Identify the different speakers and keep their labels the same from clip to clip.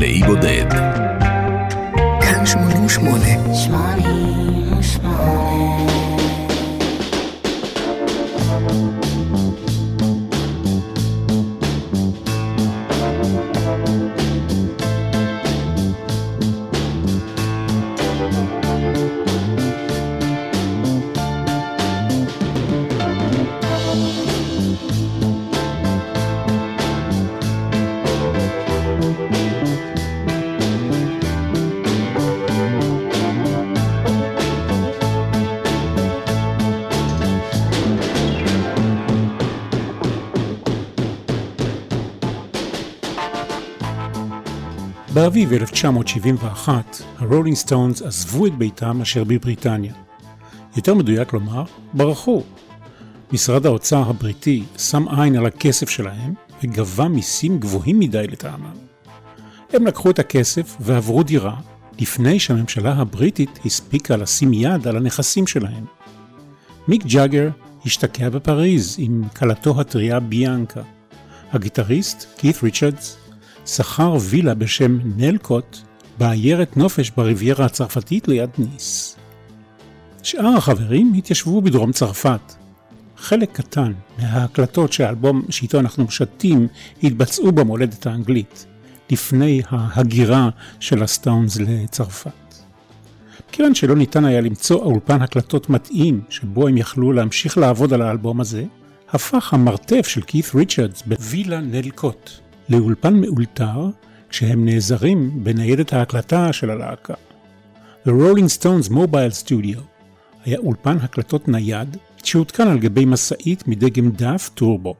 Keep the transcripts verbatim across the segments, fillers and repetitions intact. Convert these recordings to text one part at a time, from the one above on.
Speaker 1: באי בודד. כאן שמונים ושמונה. שמונים ושמונה.
Speaker 2: באביב אלף תשע מאות שבעים ואחת, הרולינג סטונס עזבו את ביתם אשר בבריטניה. יותר מדויק לומר, ברחו. משרד האוצר הבריטי שם עין על הכסף שלהם וגבה מיסים גבוהים מדי לטעמם. הם לקחו את הכסף ועברו דירה לפני שהממשלה הבריטית הספיקה לשים יד על הנכסים שלהם. מיק ג'אגר השתקע בפריז עם קלתו הטריה ביאנקה. הגיטריסט, קית ריצ'רדס, שכר וילה בשם נלקוט בעיירת נופש בריביירה הצרפתית ליד ניס. שאר החברים התיישבו בדרום צרפת. חלק קטן מההקלטות שהאלבום שאיתו אנחנו משתים התבצעו במולדת האנגלית, לפני ההגירה של הסטונס לצרפת. כיוון שלא ניתן היה למצוא אולפן הקלטות מתאים שבו הם יכלו להמשיך לעבוד על האלבום הזה, הפך המרתף של קית ריצ'רדס בווילה נלקוט לאולפן מאולתר, כשהם נעזרים בניידת ההקלטה של הלהקה. The Rolling Stones Mobile Studio היה אולפן הקלטות נייד שהותקן על גבי מסעית מדגם דף טורבו.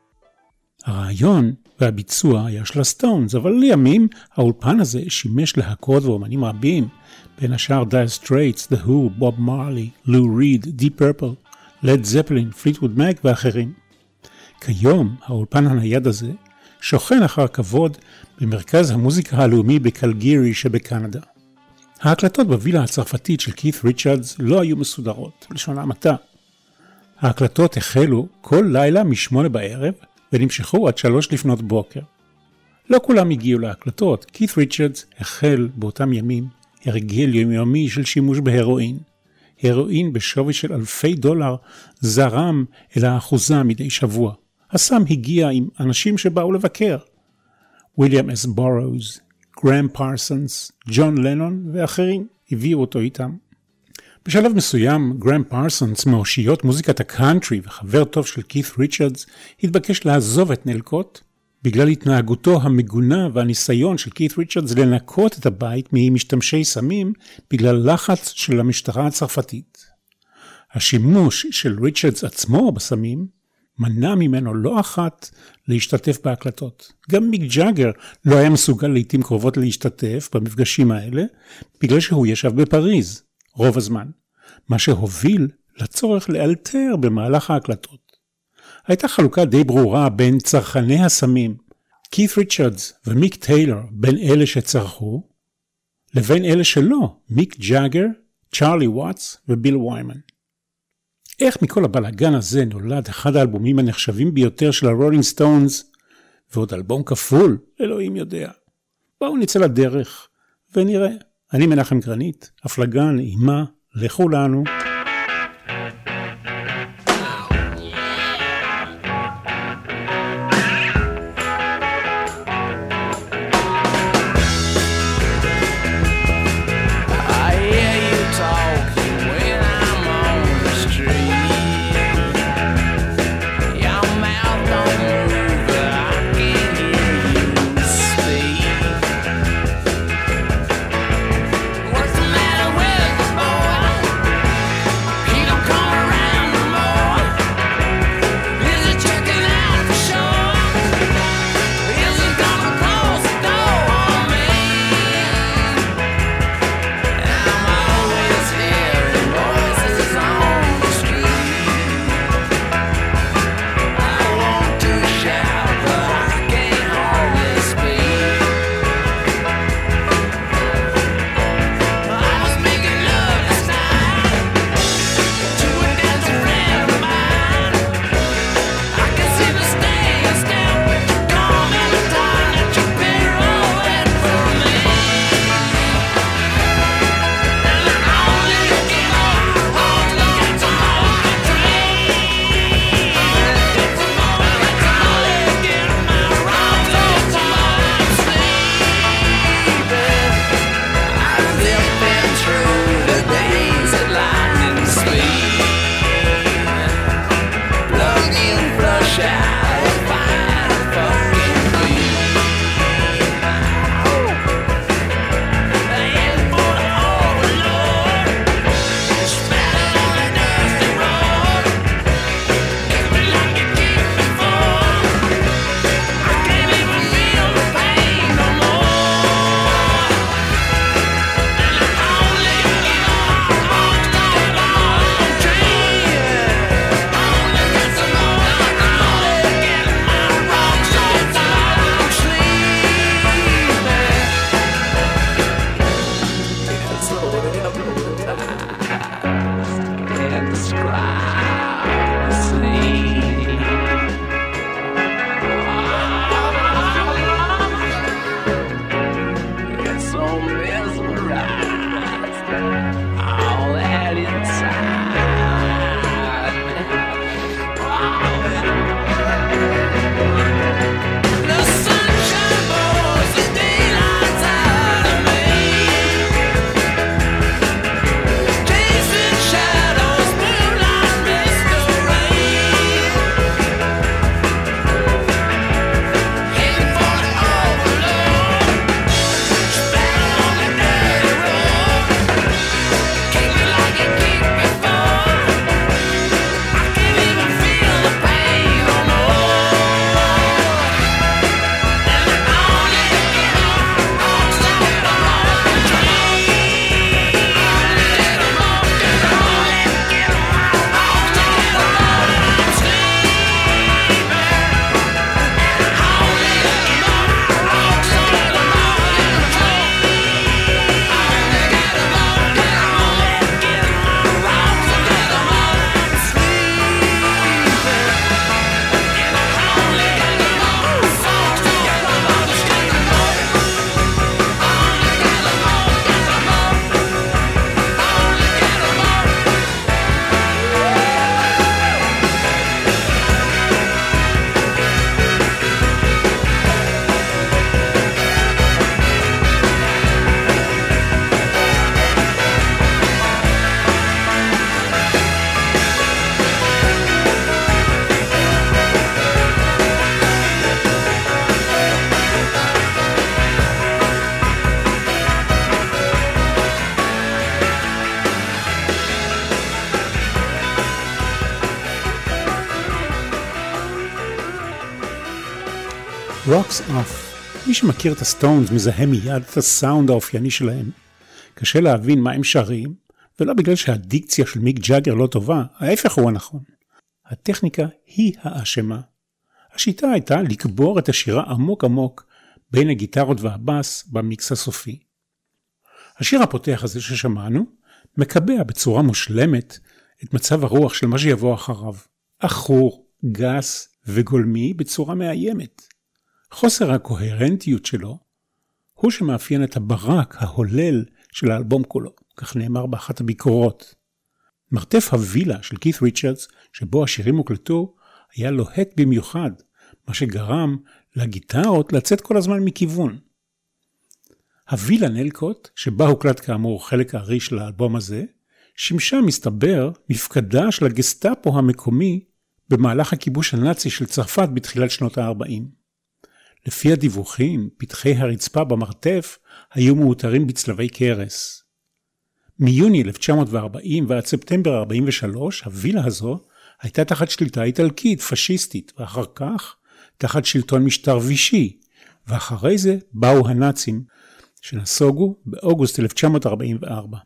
Speaker 2: הרעיון והביצוע היה של הסטונס, אבל לימים האולפן הזה שימש להקות ואומנים רבים, בין השאר Dire Straits, The Who, Bob Marley, Lou Reed, Deep Purple, Led Zeppelin, Fleetwood Mac ואחרים. כיום האולפן הנייד הזה שוכן אחר כבוד במרכז המוזיקה הלאומי בקלגירי שבקנדה. ההקלטות בווילה הצרפתית של קית ריצ'רדס לא היו מסודרות, לשון המעטה. ההקלטות החלו כל לילה משמונה בערב ונמשכו עד שלוש לפנות בוקר. לא כולם הגיעו להקלטות. קית ריצ'רדס החל באותם ימים הרגל יומיומי של שימוש בהרואין. הרואין בשווי של אלפי דולר זרם אל האחוזה מדי שבוע. הסם הגיע עם אנשים שבאו לבקר. וויליאם אס בורוז, גרם פרסונס, ג'ון לנון ואחרים הביאו אותו איתם. בשלב מסוים, גרם פרסונס, מאושיות מוזיקת הקאנטרי וחבר טוב של קית ריצ'רדס, התבקש לעזוב את נלקוט, בגלל התנהגותו המגונה והניסיון של קית ריצ'רדס לנקות את הבית ממשתמשי סמים, בגלל לחץ של המשטרה הצרפתית. השימוש של ריצ'רדס עצמו בסמים, מנע ממנו לא אחת להשתתף בהקלטות. גם מיק ג'אגר לא היה מסוגל לעתים קרובות להשתתף במפגשים האלה, בגלל שהוא ישב בפריז רוב הזמן, מה שהוביל לצורך לאלתר במהלך ההקלטות. הייתה חלוקה די ברורה בין צרכני הסמים, קית ריצ'רדס ומיק טיילר, בין אלה שצרכו, לבין אלה שלא, מיק ג'אגר, צ'ארלי וואטס וביל ויימן. איך מכל הבלגן הזה נולד אחד האלבומים הנחשבים ביותר של הרולינג סטונס, ועוד אלבום כפול, אלוהים יודע. בואו נצא לדרך ונראה. אני מנחם גרנית, הפלגה נעימה, לכו לנו. Rocks Off. מי שמכיר את הסטונס מזהה מיד את הסאונד האופייני שלהם. קשה להבין מה הם שרים, ולא בגלל שהדיקציה של מיק ג'אגר לא טובה, ההפך הוא הנכון. הטכניקה היא האשמה. השיטה הייתה לקבור את השירה עמוק עמוק בין הגיטרות והבאס במיקס הסופי. השיר הפותח הזה ששמענו מקבע בצורה מושלמת את מצב הרוח של מה שיבוא אחריו. אחור, גס וגולמי בצורה מאיימת. חוסר הקוהרנטיות שלו הוא שמאפיין את הברק ההולל של האלבום כולו, כך נאמר באחת הביקורות. מרתף הווילה של כית ריצ'רדס שבו השירים הוקלטו היה לוהט במיוחד, מה שגרם לגיטרות לצאת כל הזמן מכיוון. הווילה נלקוט, שבה הוקלט כאמור חלק הארי של האלבום הזה, שימשה מסתבר מפקדה של הגסטאפו המקומי במהלך הכיבוש הנאצי של צרפת בתחילת שנות ה-ארבעים. לפי הדיווחים, פתחי הרצפה במרתף היו מאותרים בצלבי קרס. מיוני אלף תשע מאות וארבעים ועד ספטמבר ארבעים ושלוש, הווילה הזו הייתה תחת שליטה איטלקית, פשיסטית, ואחר כך תחת שלטון משטר וישי, ואחרי זה באו הנאצים, שנסוגו באוגוסט אלף תשע מאות ארבעים וארבע.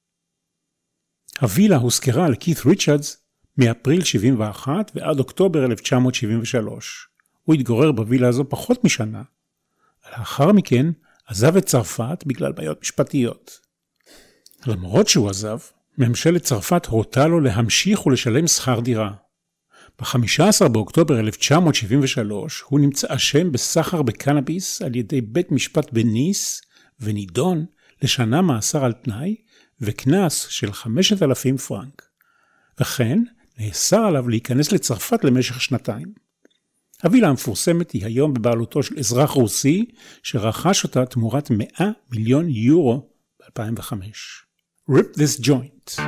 Speaker 2: הווילה הוזכרה לכית ריצ'רדס מאפריל שבעים ואחת ועד אוקטובר אלף תשע מאות שבעים ושלוש. הוא התגורר בווילה הזו פחות משנה. לאחר מכן עזב את צרפת בגלל בעיות משפטיות. למרות שהוא עזב, ממשלת צרפת הורתה לו להמשיך ולשלם שכר דירה. ב-חמישה עשר באוקטובר אלף תשע מאות שבעים ושלוש הוא נמצא אשם בסחר בקנאביס על ידי בית משפט בניס ונידון לשנה מאסר על תנאי וקנס של חמשת אלפים פרנק. וכן נאסר עליו להיכנס לצרפת למשך שנתיים. הווילה המפורסמת היא היום בבעלותו של אזרח רוסי שרכש אותה תמורת מאה מיליון יורו ב-אלפיים וחמש. Rip this joint.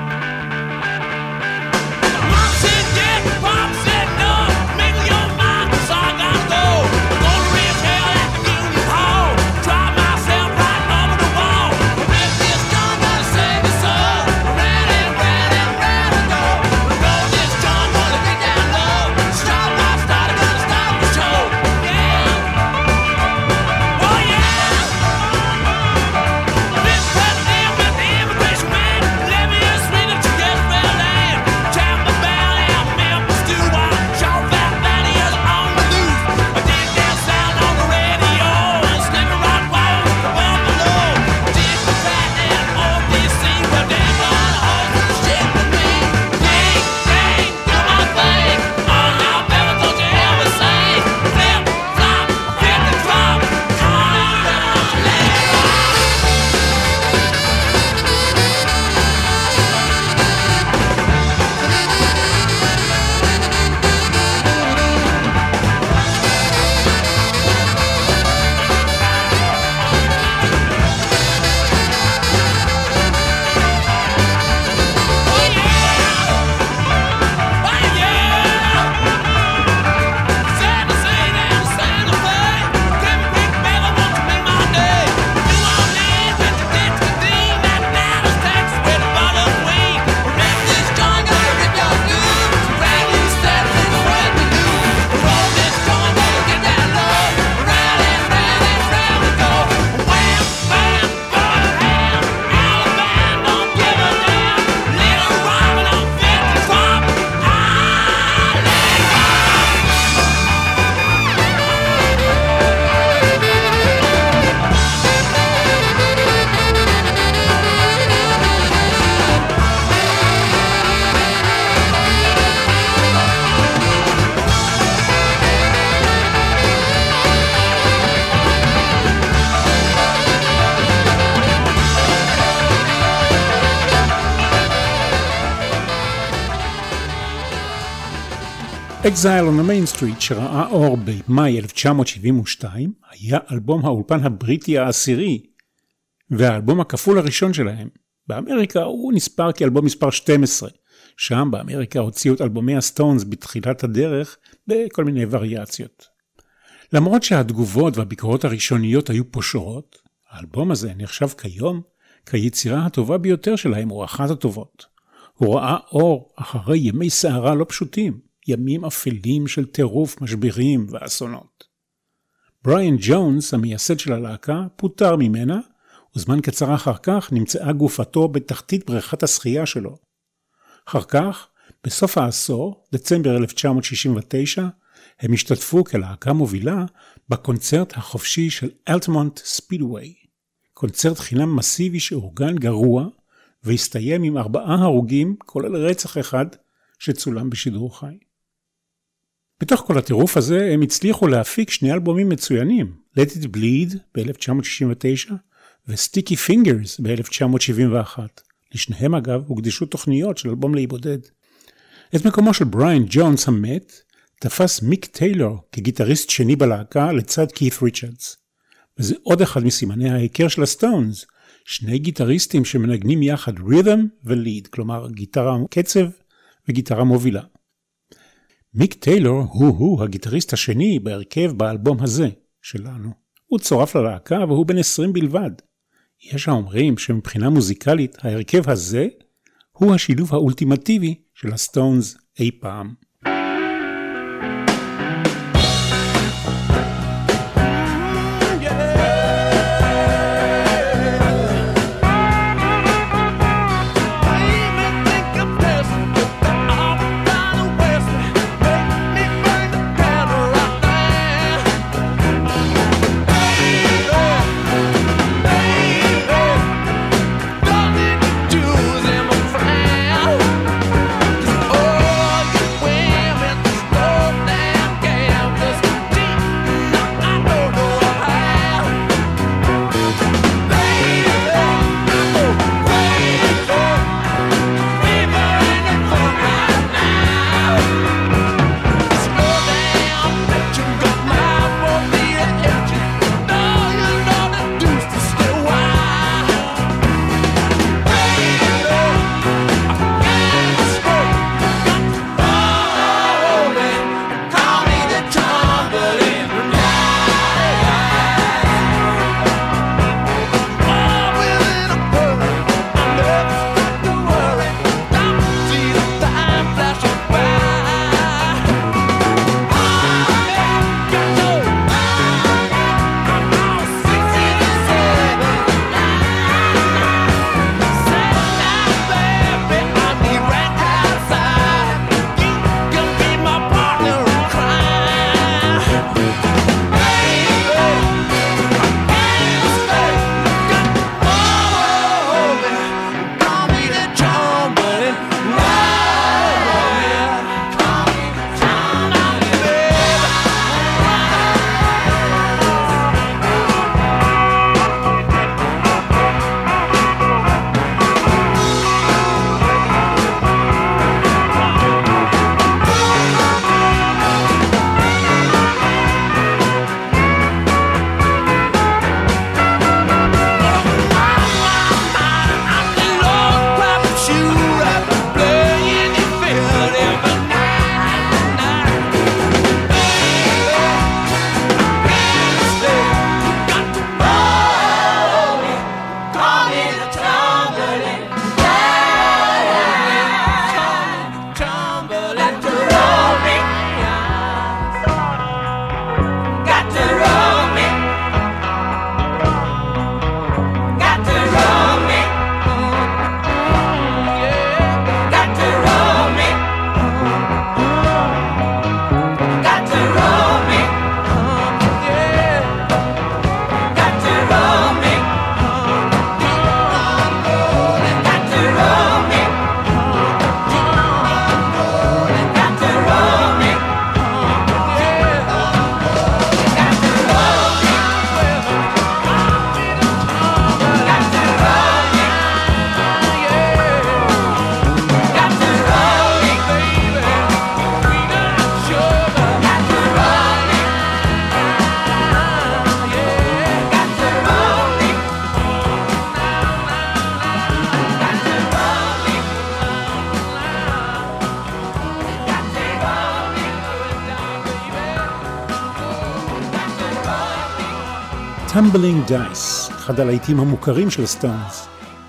Speaker 2: Exile on the Main Street שראה אור במאי אלף תשע מאות שבעים ושתיים היה אלבום האולפן הבריטי העשירי והאלבום הכפול הראשון שלהם. באמריקה הוא נספר כאלבום מספר שתים עשרה. שם באמריקה הוציאו את אלבומי הסטונס בתחילת הדרך בכל מיני וריאציות. למרות שהתגובות והביקורות הראשוניות היו פושרות, האלבום הזה נחשב כיום כיצירה הטובה ביותר שלהם או אחת הטובות. הוא ראה אור אחרי ימי סערה לא פשוטים. ימים אפלים של טירוף משברים ואסונות. בריאן ג'ונס, המייסד של הלהקה, פוטר ממנה, וזמן קצר אחר כך נמצאה גופתו בתחתית בריכת השחייה שלו. אחר כך, בסוף העשור, דצמבר אלף תשע מאות שישים ותשע, הם השתתפו כלהקה מובילה בקונצרט החופשי של אלטמונט ספידווי. קונצרט חינם מסיבי שאורגן גרוע, והסתיים עם ארבעה הרוגים, כולל רצח אחד שצולם בשידור חי. בתוך כל הטירוף הזה הם הצליחו להפיק שני אלבומים מצוינים, Let It Bleed ב-אלף תשע מאות שישים ותשע ו-Sticky Fingers ב-אלף תשע מאות שבעים ואחת. לשניהם אגב הוקדשו תוכניות של אלבום להיבודד. את מקומו של בריאן ג'ונס המת תפס מיק טיילור כגיטריסט שני בלהקה לצד כית ריצ'רדס. וזה עוד אחד מסימני ההיכר של הסטונס, שני גיטריסטים שמנגנים יחד רית'ם וליד, כלומר גיטרה קצב וגיטרה מובילה. מיק טיילור הוא-הוא הגיטריסט השני בהרכב באלבום הזה שלנו. הוא צורף ללהקה והוא בן עשרים בלבד. יש האומרים שמבחינה מוזיקלית ההרכב הזה הוא השילוב האולטימטיבי של הסטונס אי פעם. Tumbling Dice, אחד הלהיטים המוכרים של סטונס.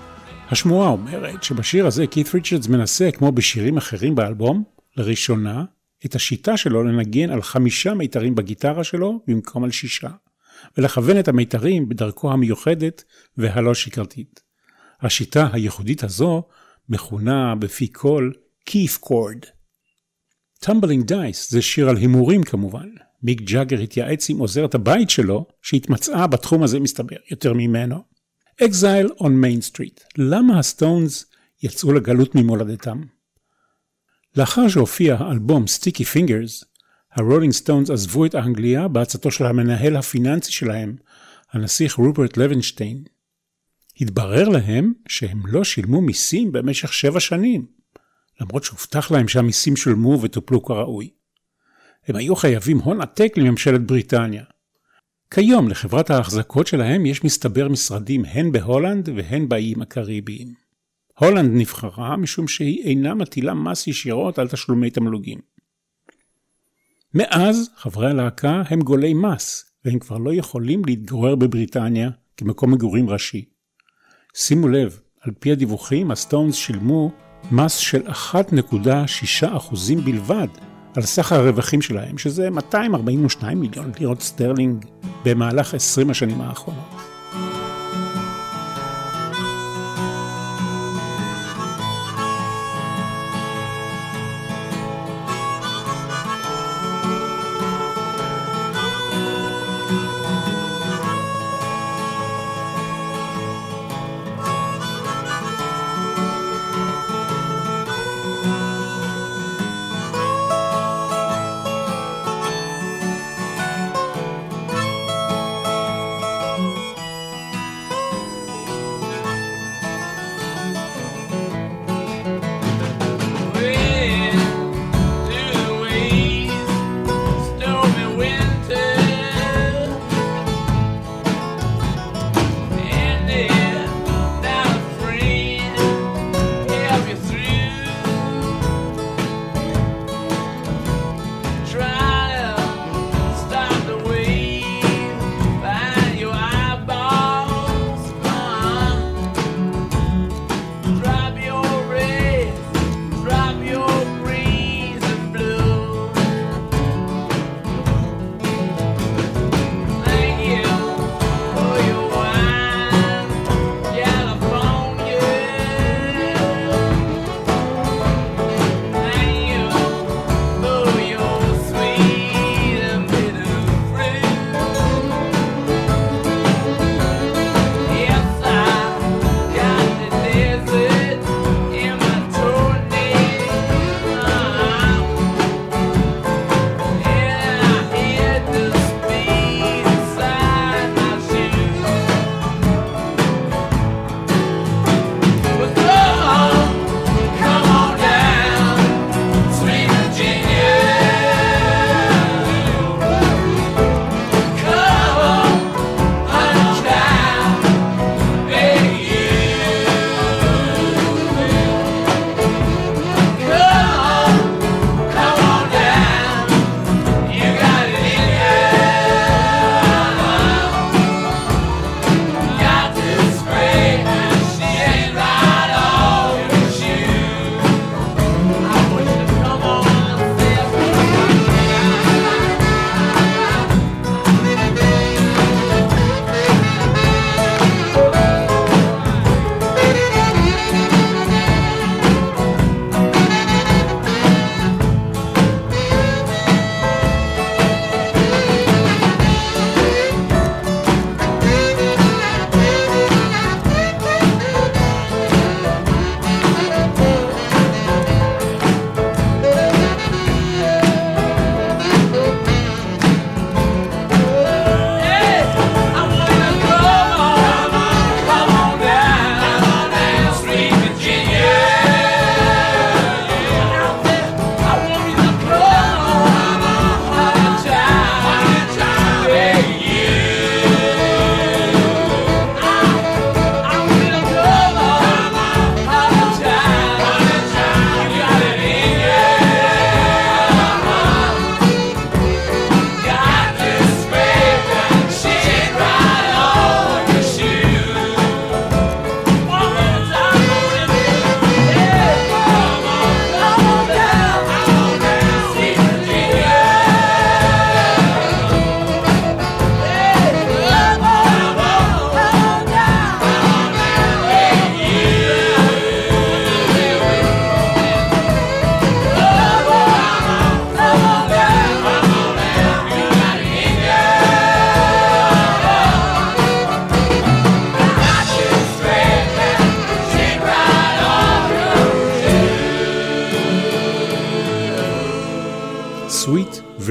Speaker 2: השמועה אומרת שבשיר הזה כית ריצ'רדס מנסה, כמו בשירים אחרים באלבום, לראשונה, את השיטה שלו לנגן על חמישה מיתרים בגיטרה שלו במקום על שישה, ולכוון את המיתרים בדרכו המיוחדת והלא שגרתית. השיטה הייחודית הזו מכונה בפי כל כיף קורד. Tumbling Dice זה שיר על הימורים כמובן. מיק ג'אגר התייעץ עם עוזרת הבית שלו שהתמצאה בתחום הזה מסתבר יותר ממנו. Exile on Main Street. למה הסטונס יצאו לגלות ממולדתם? לאחר שהופיע האלבום Sticky Fingers, הרולינג סטונס עזבו את האנגליה בעצתו של המנהל הפיננסי שלהם, הנסיך רוברט לוינשטיין. התברר להם שהם לא שילמו מיסים במשך שבע שנים, למרות שהובטח להם שהמיסים שולמו וטופלו כראוי. הם היו חייבים הון עתק לממשלת בריטניה. כיום לחברת ההחזקות שלהם יש מסתבר משרדים הן בהולנד והן באיים הקריביים. הולנד נבחרה משום שהיא אינה מטילה מס ישירות על תשלומי תמלוגים. מאז חברי הלהקה הם גולי מס, והם כבר לא יכולים להתגורר בבריטניה כמקום מגורים ראשי. שימו לב, על פי הדיווחים הסטונס שילמו מס של אחת נקודה שישה אחוז בלבד על סך הרווחים שלהם, שזה מאתיים ארבעים ושתיים מיליון לירות סטרלינג במהלך עשרים השנים האחרונות.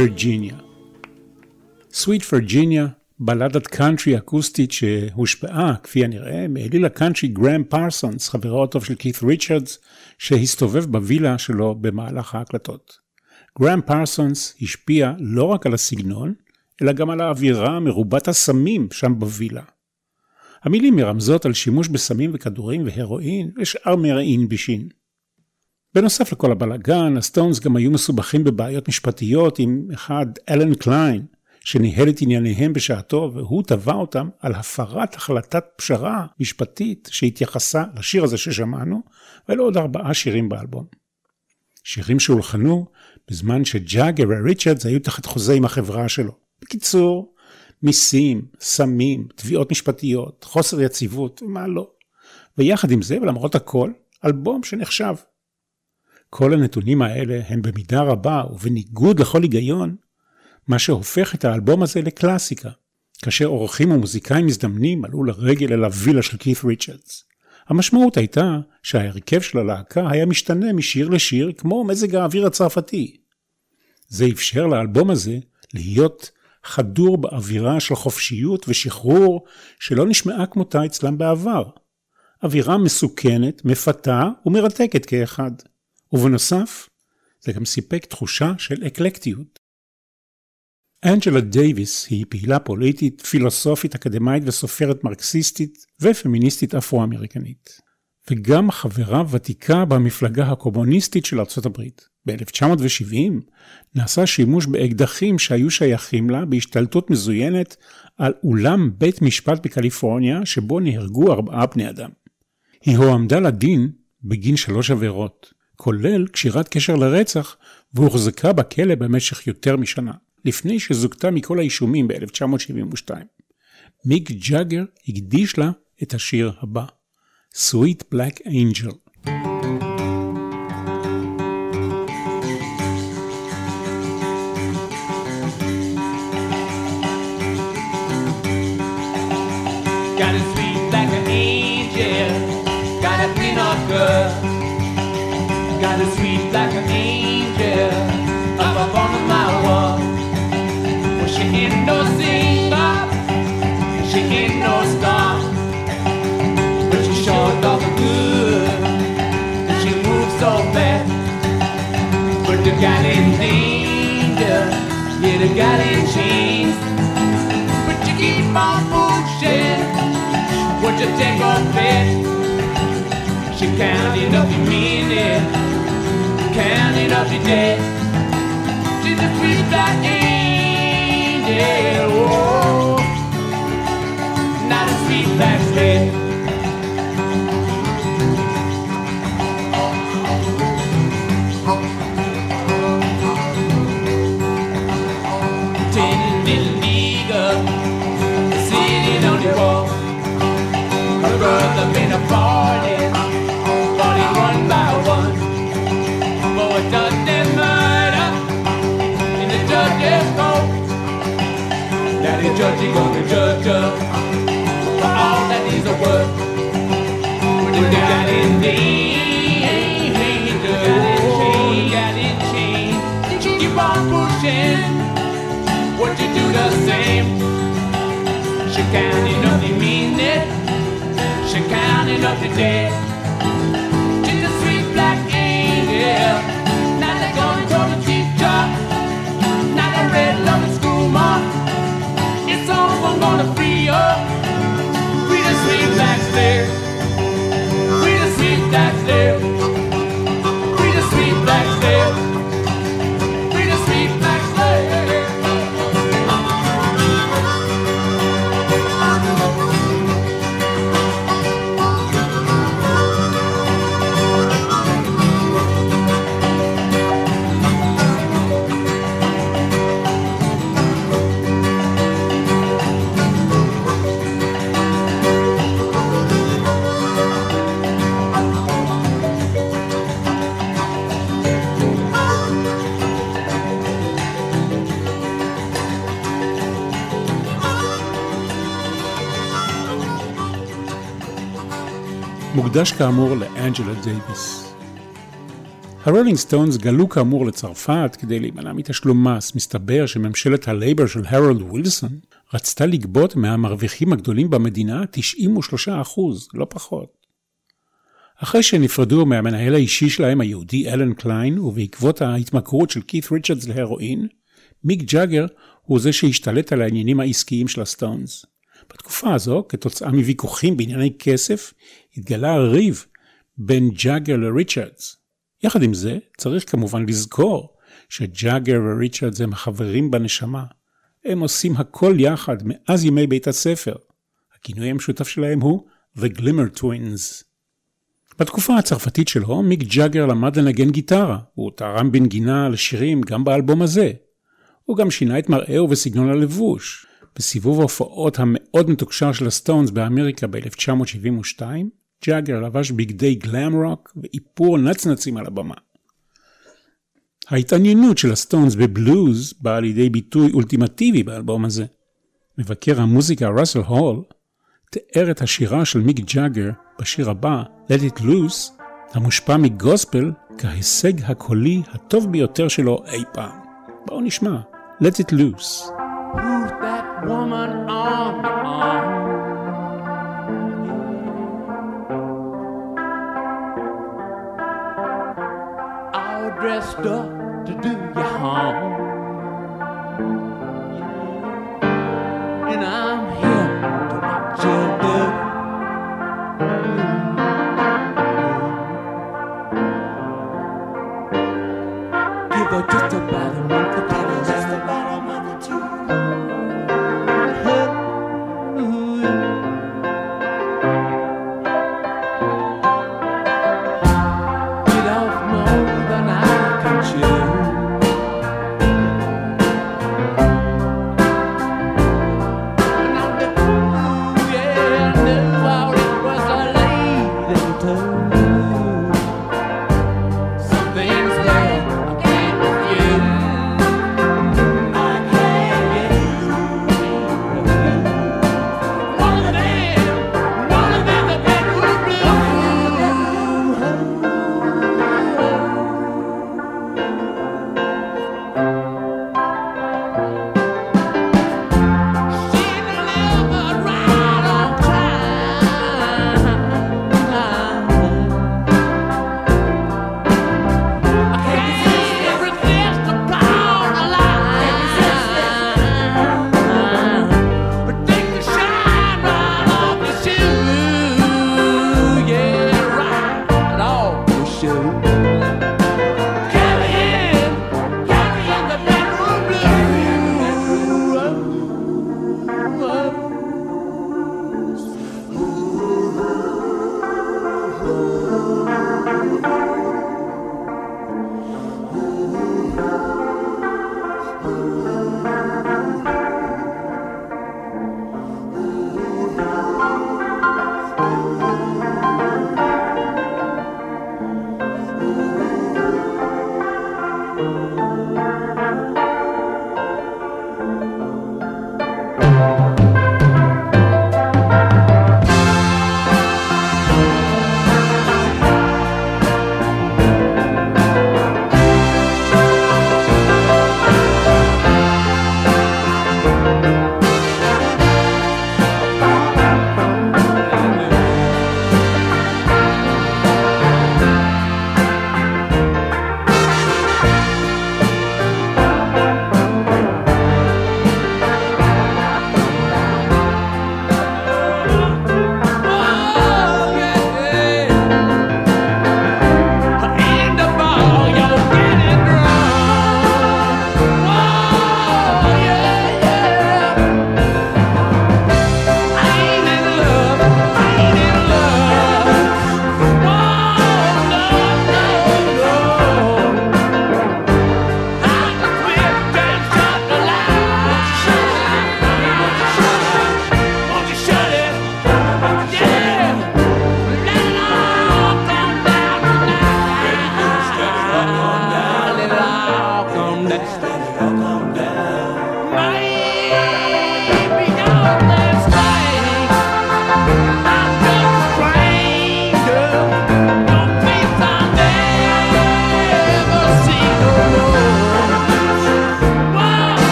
Speaker 2: וירג'יניה. Sweet Virginia, בלדת קאנטרי אקוסטית שהושפעה, כפי הנראה, מאליל הקאנטרי גרם פרסונס, חברו הטוב של קית' ריצ'רדס, שהסתובב בווילה שלו במהלך ההקלטות. גרם פרסונס השפיע לא רק על הסגנון, אלא גם על האווירה מרובת הסמים שם בווילה. המילים מרמזות על שימוש בסמים וכדורים והרואין ושאר מרעין בישין. בנוסף לכל הבלגן, הסטונס גם היו מסובכים בבעיות משפטיות עם אחד אלן קליין, שניהל את ענייניהם בשעתו, והוא טבע אותם על הפרת החלטת פשרה משפטית שהתייחסה לשיר הזה ששמענו, ולעוד ארבעה שירים באלבום. שירים שהולחנו בזמן שג'אגר וריצ'רדס היו תחת חוזה עם החברה שלו. בקיצור, מיסים, סמים, תביעות משפטיות, חוסר יציבות, ומה לא. ויחד עם זה, ולמרות הכל, אלבום שנחשב. כל הנתונים האלה הם במידה רבה ובניגוד לכל היגיון, מה שהופך את האלבום הזה לקלאסיקה, כאשר אורחים ומוזיקאים מזדמנים עלו לרגל אל הווילה של קית' ריצ'רדס. המשמעות הייתה שההרכב של הלהקה היה משתנה משיר לשיר כמו מזג האוויר הצרפתי. זה אפשר לאלבום הזה להיות חדור באווירה של חופשיות ושחרור שלא נשמעה כמותה אצלם בעבר. אווירה מסוכנת, מפתה ומרתקת כאחד. ובנוסף, זה גם סיפק תחושה של אקלקטיות. אנג'לה דייביס היא פעילה פוליטית, פילוסופית, אקדמאית וסופרת מרקסיסטית ופמיניסטית אפרו-אמריקנית. וגם חברה ותיקה במפלגה הקומוניסטית של ארצות הברית. ב-אלף תשע מאות שבעים נעשה שימוש באקדחים שהיו שייכים לה בהשתלטות מזוינת על אולם בית משפט בקליפורניה שבו נהרגו ארבעה בני אדם. היא הועמדה לדין בגין שלוש עבירות, כולל קשירת קשר לרצח, והוחזקה בכלא במשך יותר משנה, לפני שזוכתה מכל האישומים ב-אלף תשע מאות שבעים ושתיים. מיק ג'אגר הקדיש לה את השיר הבא, Sweet Black Angel.
Speaker 3: Got a sweet like an angel, got a peanut girl. Got a sweet like an angel, up up on my wall. Well, she ain't no singer, she ain't no star, but she sure does good, and she moves so fast. But the gal in danger, yeah, the gal in chains, but you keep on pushing. What you take on bed? She counting up your minute, counting up your day. She's a sweet black angel, oh, not a sweet black slave. Ten little nigger sitting on the wall. Her brother made a party, party one by one. For a Dudley murder in the judge's court. Now the judge is gonna judge her for all that is a word. When the got in danger, got in chain, keep on pushing. What you do the same. She counting up the minute. She counting up the day. She's a sweet black angel. Now they're gonna go to teacher. Now the red loving school mom. It's someone gonna free her. Free the sweet black slave. Free the sweet black slave. Free the sweet black slave. Free the sweet black slave.
Speaker 2: מוקדש כאמור לאנג'לה דייביס. הרולינג סטונס גלו כאמור לצרפת כדי להימנע מתשלום מס. מסתבר שממשלת הלייבר של הרולד ווילסון רצתה לגבות מהמרוויחים הגדולים במדינה תשעים ושלושה אחוז, לא פחות. אחרי שנפרדו מהמנהל האישי שלהם היהודי אלן קליין, ובעקבות ההתמכרות של כית ריצ'רדס להרואין, מיק ג'אגר הוא זה שהשתלט על העניינים העסקיים של הסטונס. בתקופה הזו, כתוצאה מוויכוחים בענייני כסף, התגלה ריב בין ג'אגר לריצ'רדס. יחד עם זה, צריך כמובן לזכור שג'אגר וריצ'רדס הם חברים בנשמה. הם עושים הכל יחד מאז ימי בית הספר. הכינוי המשותף שלהם הוא The Glimmer Twins. בתקופה הצרפתית שלו, מיק ג'אגר למד לנגן גיטרה. הוא תרם בנגינה לשירים גם באלבום הזה. הוא גם שינה את מראהו וסגנון הלבוש. בסיבוב ההופעות המאוד מתוקשר של הסטונס באמריקה ב-אלף תשע מאות שבעים ושתיים, ג'אגר לבש בגדי גלאם רוק ואיפור נצנצים על הבמה. ההתעניינות של הסטונס בבלוז באה לידי ביטוי אולטימטיבי באלבום הזה. מבקר המוזיקה ראסל הול תיאר את השירה של מיק ג'אגר בשיר הבא, Let It Loose, המושפע מגוספל כהישג הקולי הטוב ביותר שלו אי פעם. בואו נשמע, Let It Loose.
Speaker 3: Who's that woman on the arm? All dressed up to do you harm. And I'm here to watch you do. Give her just about a month to give her just about a month or two. Get off more than I can chew. And I'm the ooh, yeah.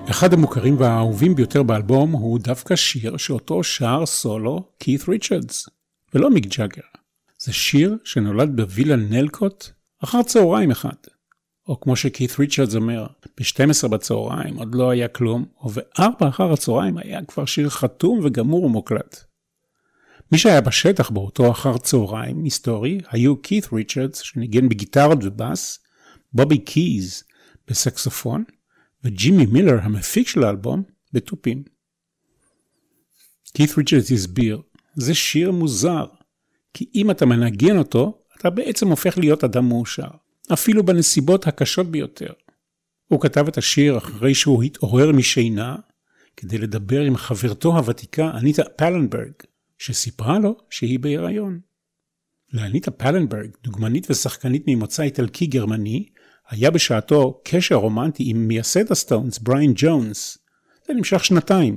Speaker 2: אחד המוכרים והאהובים ביותר באלבום הוא דווקא שיר שאותו שר סולו כית ריצ'רדס, ולא מיק ג'אגר. זה שיר שנולד בווילה נלקוט אחר צהריים אחד. או כמו שכית ריצ'רדס אומר, ב-שתים עשרה בצהריים עוד לא היה כלום, וב-ארבע אחר הצהריים היה כבר שיר חתום וגמור ומוקלט. מי שהיה בשטח באותו אחר צהריים היסטורי היו כית ריצ'רדס שניגן בגיטרות ובאס, בובי קיז בסקסופון, וג'ימי מילר המפיק של האלבום בטופים. כית ריצ'רדס הסביר, זה שיר מוזר, כי אם אתה מנגן אותו, אתה בעצם הופך להיות אדם מאושר, אפילו בנסיבות הקשות ביותר. הוא כתב את השיר אחרי שהוא התעורר משינה, כדי לדבר עם חברתו הוותיקה אניטה פלנברג, שסיפרה לו שהיא בהיריון. לאניטה פלנברג, דוגמנית ושחקנית ממוצא איטלקי גרמני, היה בשעתו קשר רומנטי עם מייסד הסטונס, בריין ג'ונס. זה נמשך שנתיים.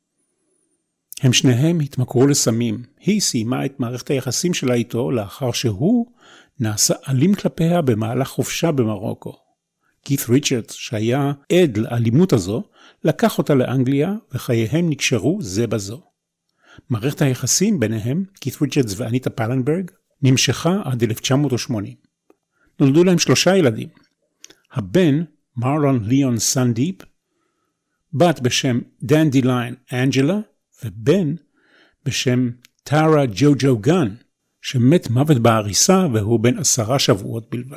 Speaker 2: הם שניהם התמכרו לסמים. היא סיימה את מערכת היחסים שלה איתו לאחר שהוא נעשה אלים כלפיה במהלך חופשה במרוקו. כית ריצ'רדס, שהיה עד לאלימות הזו, לקח אותה לאנגליה וחייהם נקשרו זה בזו. מערכת היחסים ביניהם, כית ריצ'רדס ואניטה פלנברג, נמשכה עד אלף תשע מאות ושמונים. נולדו להם שלושה ילדים. הבן, מרלון ליאון סנדיפ, בת בשם דנדיליין אנג'לה, ובן בשם טרה ג'וג'ו גן, שמת מוות בעריסה והוא בן עשרה שבועות בלבד.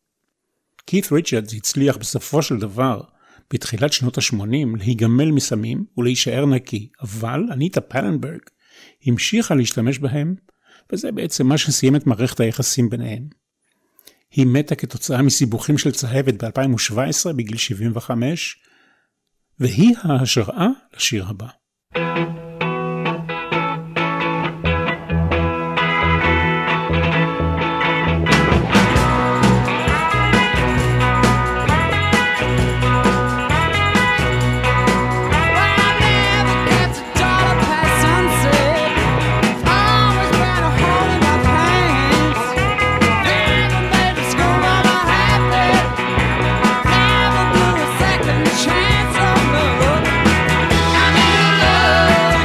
Speaker 2: כית ריצ'רדס הצליח בסופו של דבר, בתחילת שנות ה-שמונים, להיגמל מסמים ולהישאר נקי, אבל אניטה פלנברג המשיכה להשתמש בהם, וזה בעצם מה שסיים את מערכת היחסים ביניהם. היא מתה כתוצאה מסיבוכים של צהבת ב-אלפיים שבע עשרה בגיל שבעים וחמש, והיא ההשראה לשיר הבא.
Speaker 4: Chance of love. I need love.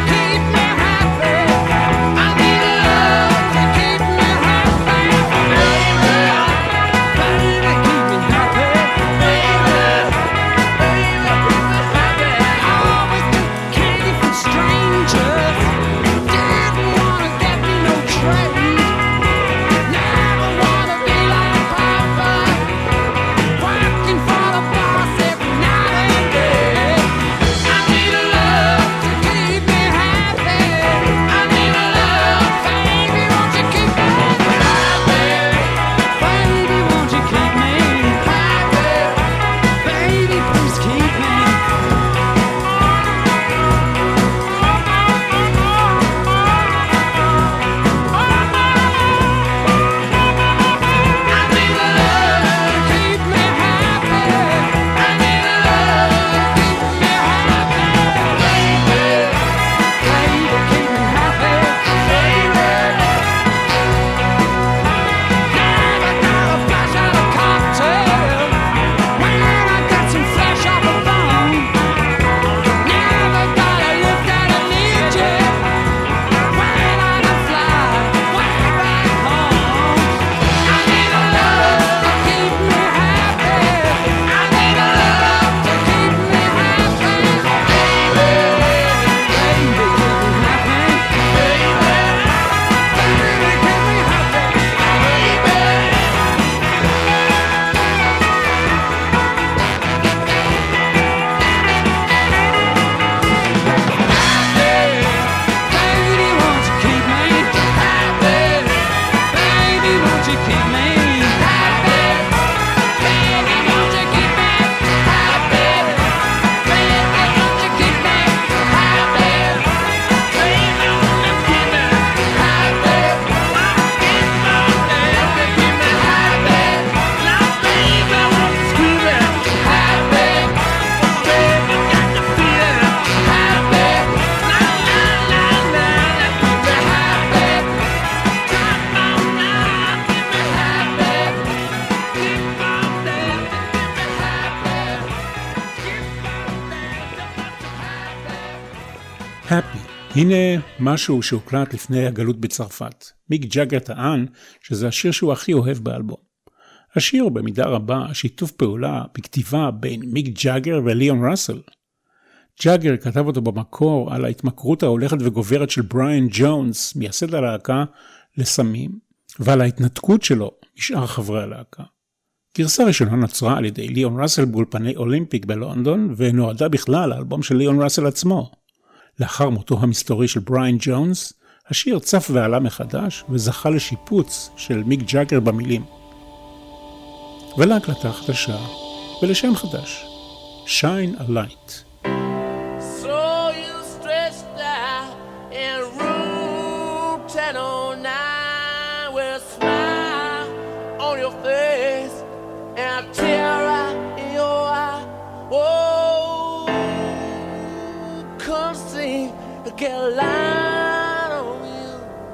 Speaker 2: Happy. הנה משהו שהוקלט לפני הגלות בצרפת. מיק ג'אגר טען שזה השיר שהוא הכי אוהב באלבום. השיר הוא במידה רבה שיתוף פעולה בכתיבה בין מיק ג'אגר וליאון ראסל. ג'אגר כתב אותו במקור על ההתמכרות ההולכת וגוברת של בריאן ג'ונס, מייסד הלהקה, לסמים, ועל ההתנתקות שלו משאר חברי הלהקה. גרסה ראשונה נוצרה על ידי ליאון ראסל באולפני אולימפיק בלונדון, ונועדה בכלל לאלבום של ליאון ראסל עצמו. לאחר מותו המסתורי של בריאן ג'ונס, השיר צף ועלה מחדש וזכה לשיפוץ של מיק ג'אגר במילים. ולהקלטה חדשה ולשם חדש, Shine a Light.
Speaker 3: So you stretched out in room ten oh nine with a smile on your face and a tear in your eye. Oh, come see the Carolina on you,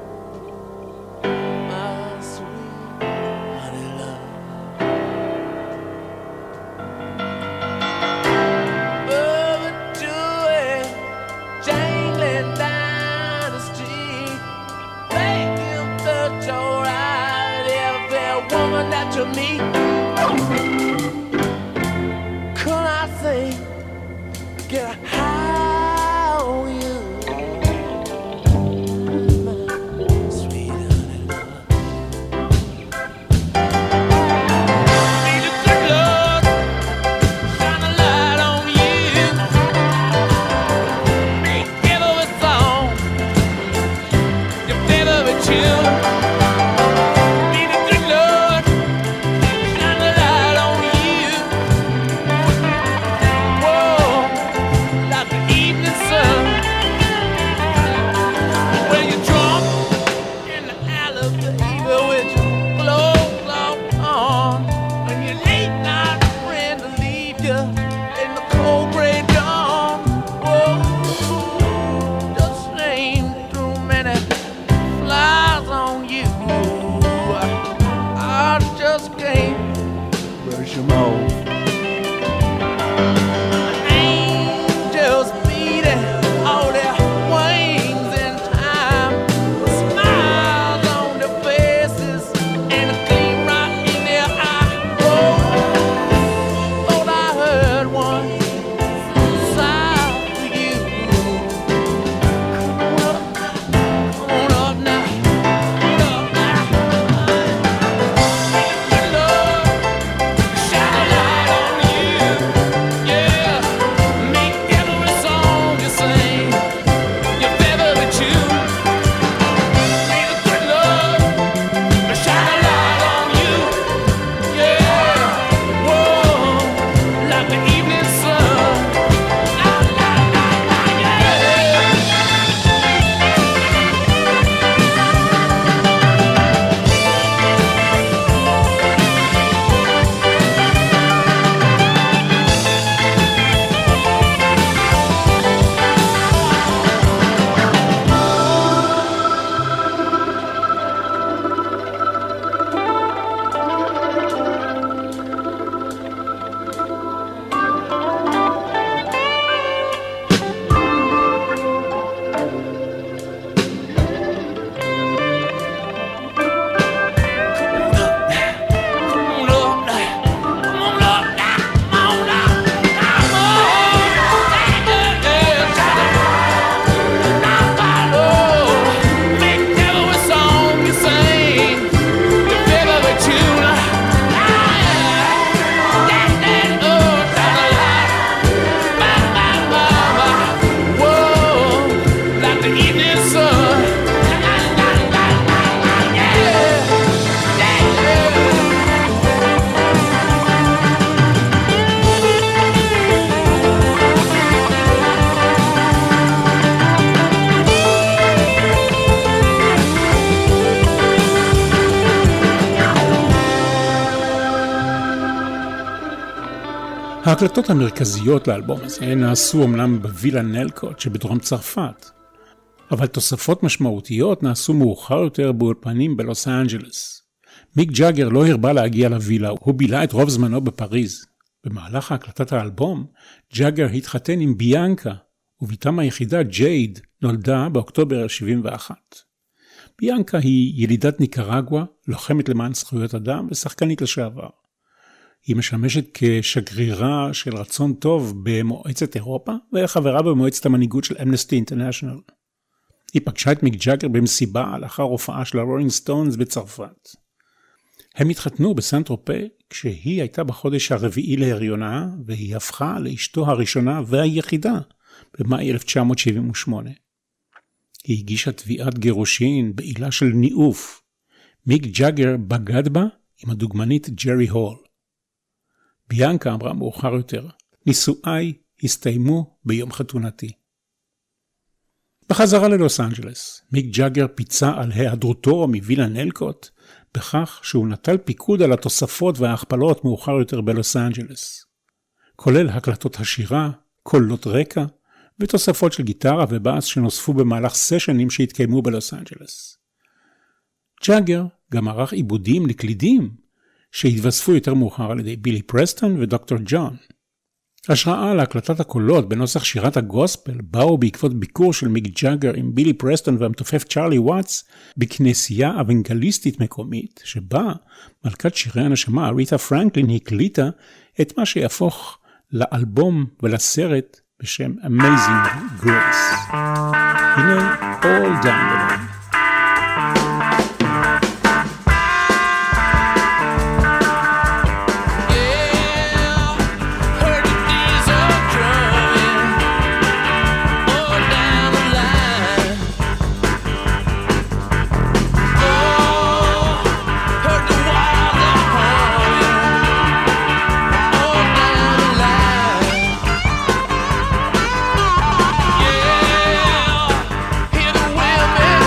Speaker 3: my sweet honey love. Overdoing, jangling down the street, making touch alright every woman that you meet. Could I say, get a high on you, my sweet honey love. Need a good love, shine a light on you, make every song your favorite tune. Need a good love, shine a light on you. Whoa, like the evening sun. When you're drunk in the alley, baby, with your clothes off on, when your late night friend to leave you in the cold gray dawn. Whoa, just ain't too many flies on you. I just can't brush 'em off. Angels beating all their wings in time, smiles on their faces and a gleam right in their eye. Oh, thought I heard one sigh for you. Come on up, come on up now, come on up now. Good love, shine a light on you. Yeah, make every song you sing your favorite tune. Need a good love, shine a light on you. Yeah, whoa, like the evening sun. La la la la, yeah.
Speaker 2: ההקלטות המרכזיות לאלבום הזה נעשו אמנם בווילה נלקוט שבדרום צרפת, אבל תוספות משמעותיות נעשו מאוחר יותר באולפנים בלוס אנג'לס. מיק ג'אגר לא הרבה להגיע לווילה, הוא בילה את רוב זמנו בפריז. במהלך הקלטת האלבום, ג'אגר התחתן עם ביאנקה, וביתם היחידה ג'ייד נולדה באוקטובר שבעים ואחת. ביאנקה היא ילידת ניקרגואה, לוחמת למען זכויות אדם ושחקנית לשעבר. היא משמשת כשגרירה של רצון טוב במועצת אירופה, וחברה במועצת המנהיגות של אמנסטי אינטרנשיונל. היא פגשה את מיק ג'אגר במסיבה לאחר הופעה של הרולינג סטונס בצרפת. הם התחתנו בסן טרופה כשהיא הייתה בחודש הרביעי להריונה, והיא הפכה לאשתו הראשונה והיחידה במאי אלף תשע מאות שבעים ושמונה. היא הגישה תביעת גירושין בעילה של ניאוף. מיק ג'אגר בגד בה עם הדוגמנית ג'רי הול. ביאנקה אמרה מאוחר יותר, נישואיי הסתיימו ביום חתונתי. בחזרה ללוס אנג'לס, מיק ג'אגר פיצה על היעדרותו מווילה נלקוט, בכך שהוא נטל פיקוד על התוספות וההכפלות מאוחר יותר בלוס אנג'לס, כולל הקלטות השירה, קולות רקע, ותוספות של גיטרה ובאס שנוספו במהלך סשנים שהתקיימו בלוס אנג'לס. ג'אגר גם ערך עיבודים לקלידים, שהתווספו יותר מאוחר על ידי בילי פרסטון ודוקטור ג'ון. השראה להקלטת הקולות בנוסח שירת הגוספל באו בעקבות ביקור של מיק ג'אגר עם בילי פרסטון והמתופף צ'ארלי וואטס בכנסייה אוונגליסטית מקומית, שבה מלכת שירי הנשמה אריתה פרנקלין הקליטה את מה שיהפוך לאלבום ולסרט בשם Amazing Grace. הנה All Down the Line.
Speaker 4: Women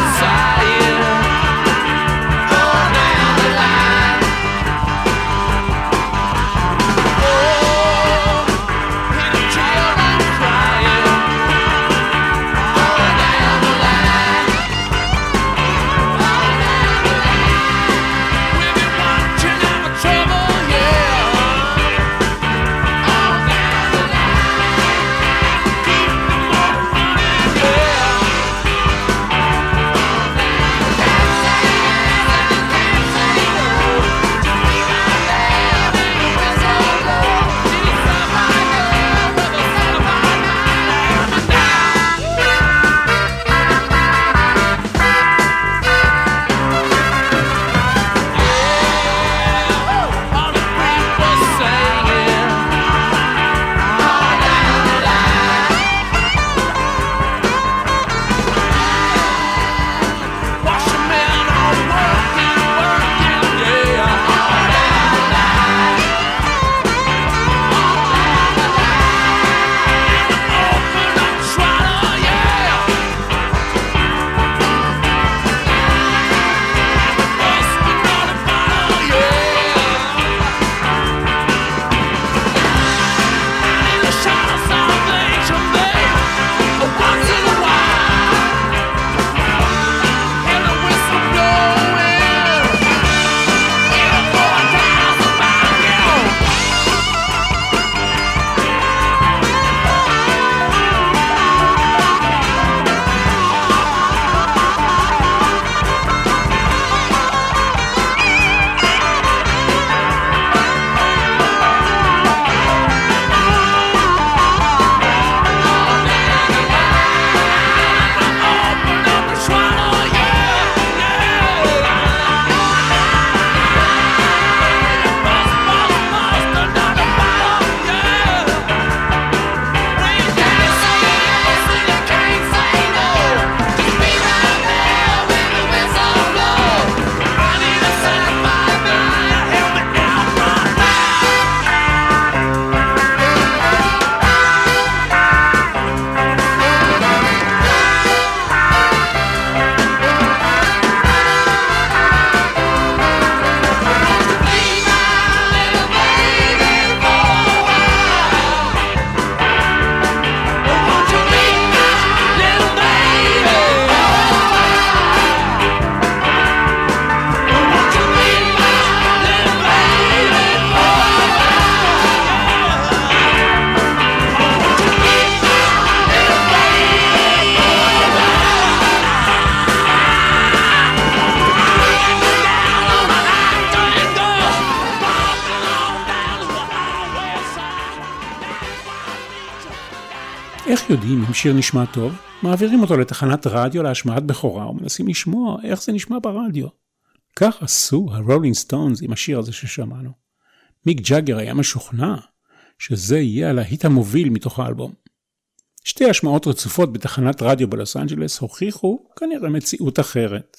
Speaker 2: איך יודעים אם שיר נשמע טוב? מעבירים אותו לתחנת רדיו להשמעת בכורה ומנסים לשמוע איך זה נשמע ברדיו. כך עשו הרולינג סטונס עם השיר הזה ששמענו. מיק ג'אגר היה משוכנע שזה יהיה הלהיט המוביל מתוך האלבום. שתי השמעות רצופות בתחנת רדיו בלוס אנג'לס הוכיחו כנראה מציאות אחרת.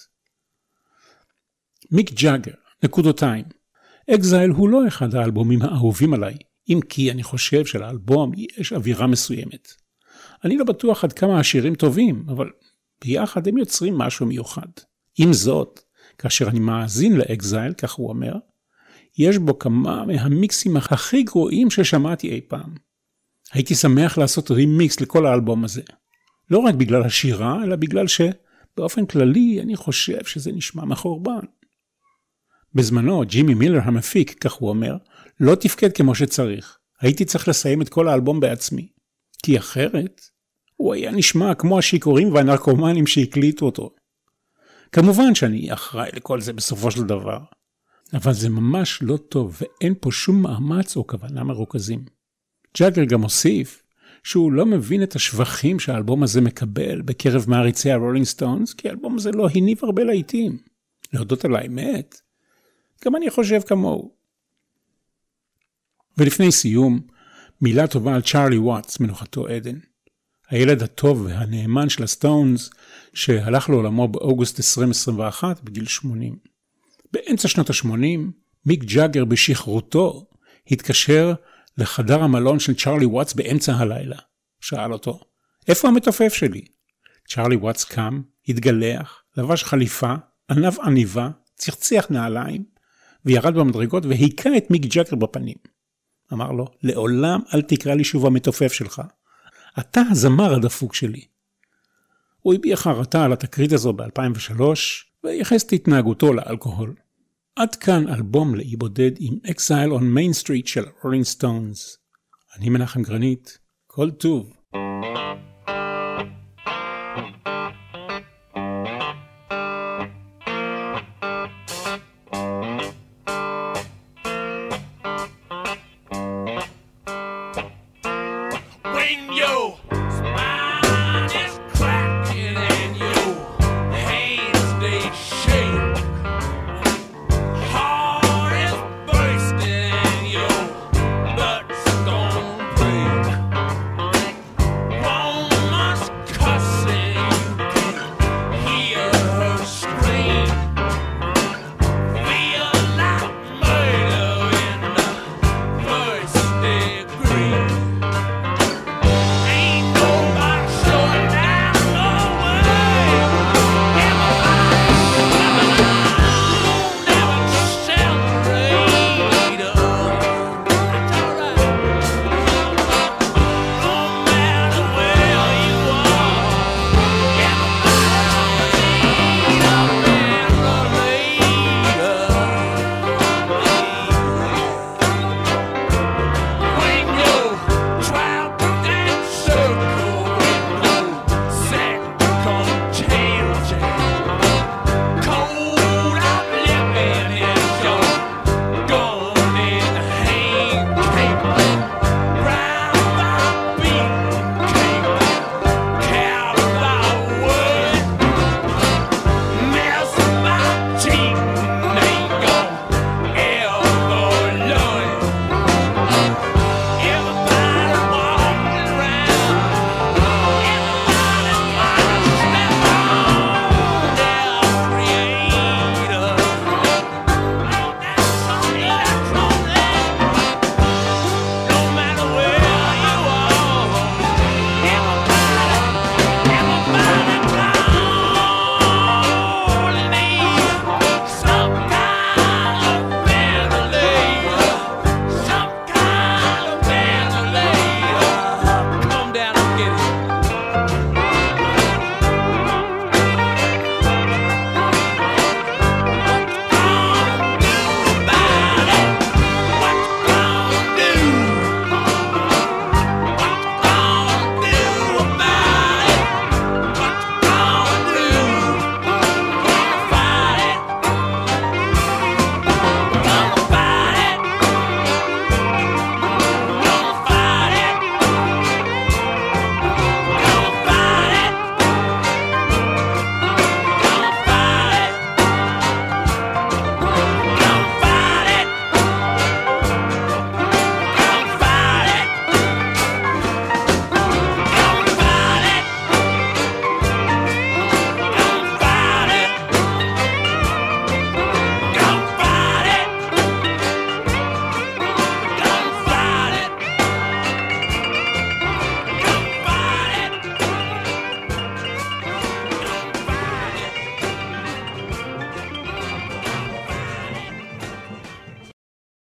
Speaker 2: מיק ג'אגר, נקודותיים. אקזייל הוא לא אחד האלבומים האהובים עליי, אם כי אני חושב שלאלבום יש אווירה מסוימת. אני לא בטוח עד כמה השירים טובים, אבל ביחד הם יוצרים משהו מיוחד. עם זאת, כאשר אני מאזין לאקזייל, כך הוא אומר, יש בו כמה מהמיקסים הכי גרועים ששמעתי אי פעם. הייתי שמח לעשות רימיקס לכל האלבום הזה. לא רק בגלל השירה, אלא בגלל שבאופן כללי אני חושב שזה נשמע מחורבן. בזמנו, ג'ימי מילר המפיק, כך הוא אומר, לא תפקד כמו שצריך. הייתי צריך לסיים את כל האלבום בעצמי. כי אחרת, הוא היה נשמע כמו השיקורים והנרקומנים שהקליטו אותו. כמובן שאני אחראי לכל זה בסופו של דבר. אבל זה ממש לא טוב, ואין פה שום מאמץ או כוונה מרוכזים. ג'אגר גם הוסיף שהוא לא מבין את השבחים שהאלבום הזה מקבל בקרב מעריצי הרולינג סטונס, כי האלבום הזה לא הניב הרבה להיטים. להודות על האמת, גם אני חושב כמוהו. ולפני סיום, מילה טובה על צ'ארלי וואטס, מנוחתו עדן. הילד הטוב והנאמן של הסטונס, שהלך לעולמו באוגוסט עשרים עשרים ואחת בגיל שמונים. באמצע שנות ה-שמונים, מיק ג'אגר בשחרותו התקשר לחדר המלון של צ'ארלי וואטס באמצע הלילה. שאל אותו, איפה המתופף שלי? צ'ארלי וואטס קם, התגלח, לבש חליפה, ענב עניבה, צחצח נעליים, וירד במדרגות והיכה את מיק ג'אגר בפנים. אמר לו, לעולם אל תקרא לי שוב המתופף שלך. אתה הזמר הדפוק שלי. הוא הביע חרטה על התקרית הזו ב-אלפיים ושלוש, ויחס את התנהגותו לאלכוהול. עד כאן אלבום לאי בודד עם Exile on Main Street של Rolling Stones. אני מנחם גרנית, כל טוב.
Speaker 3: When you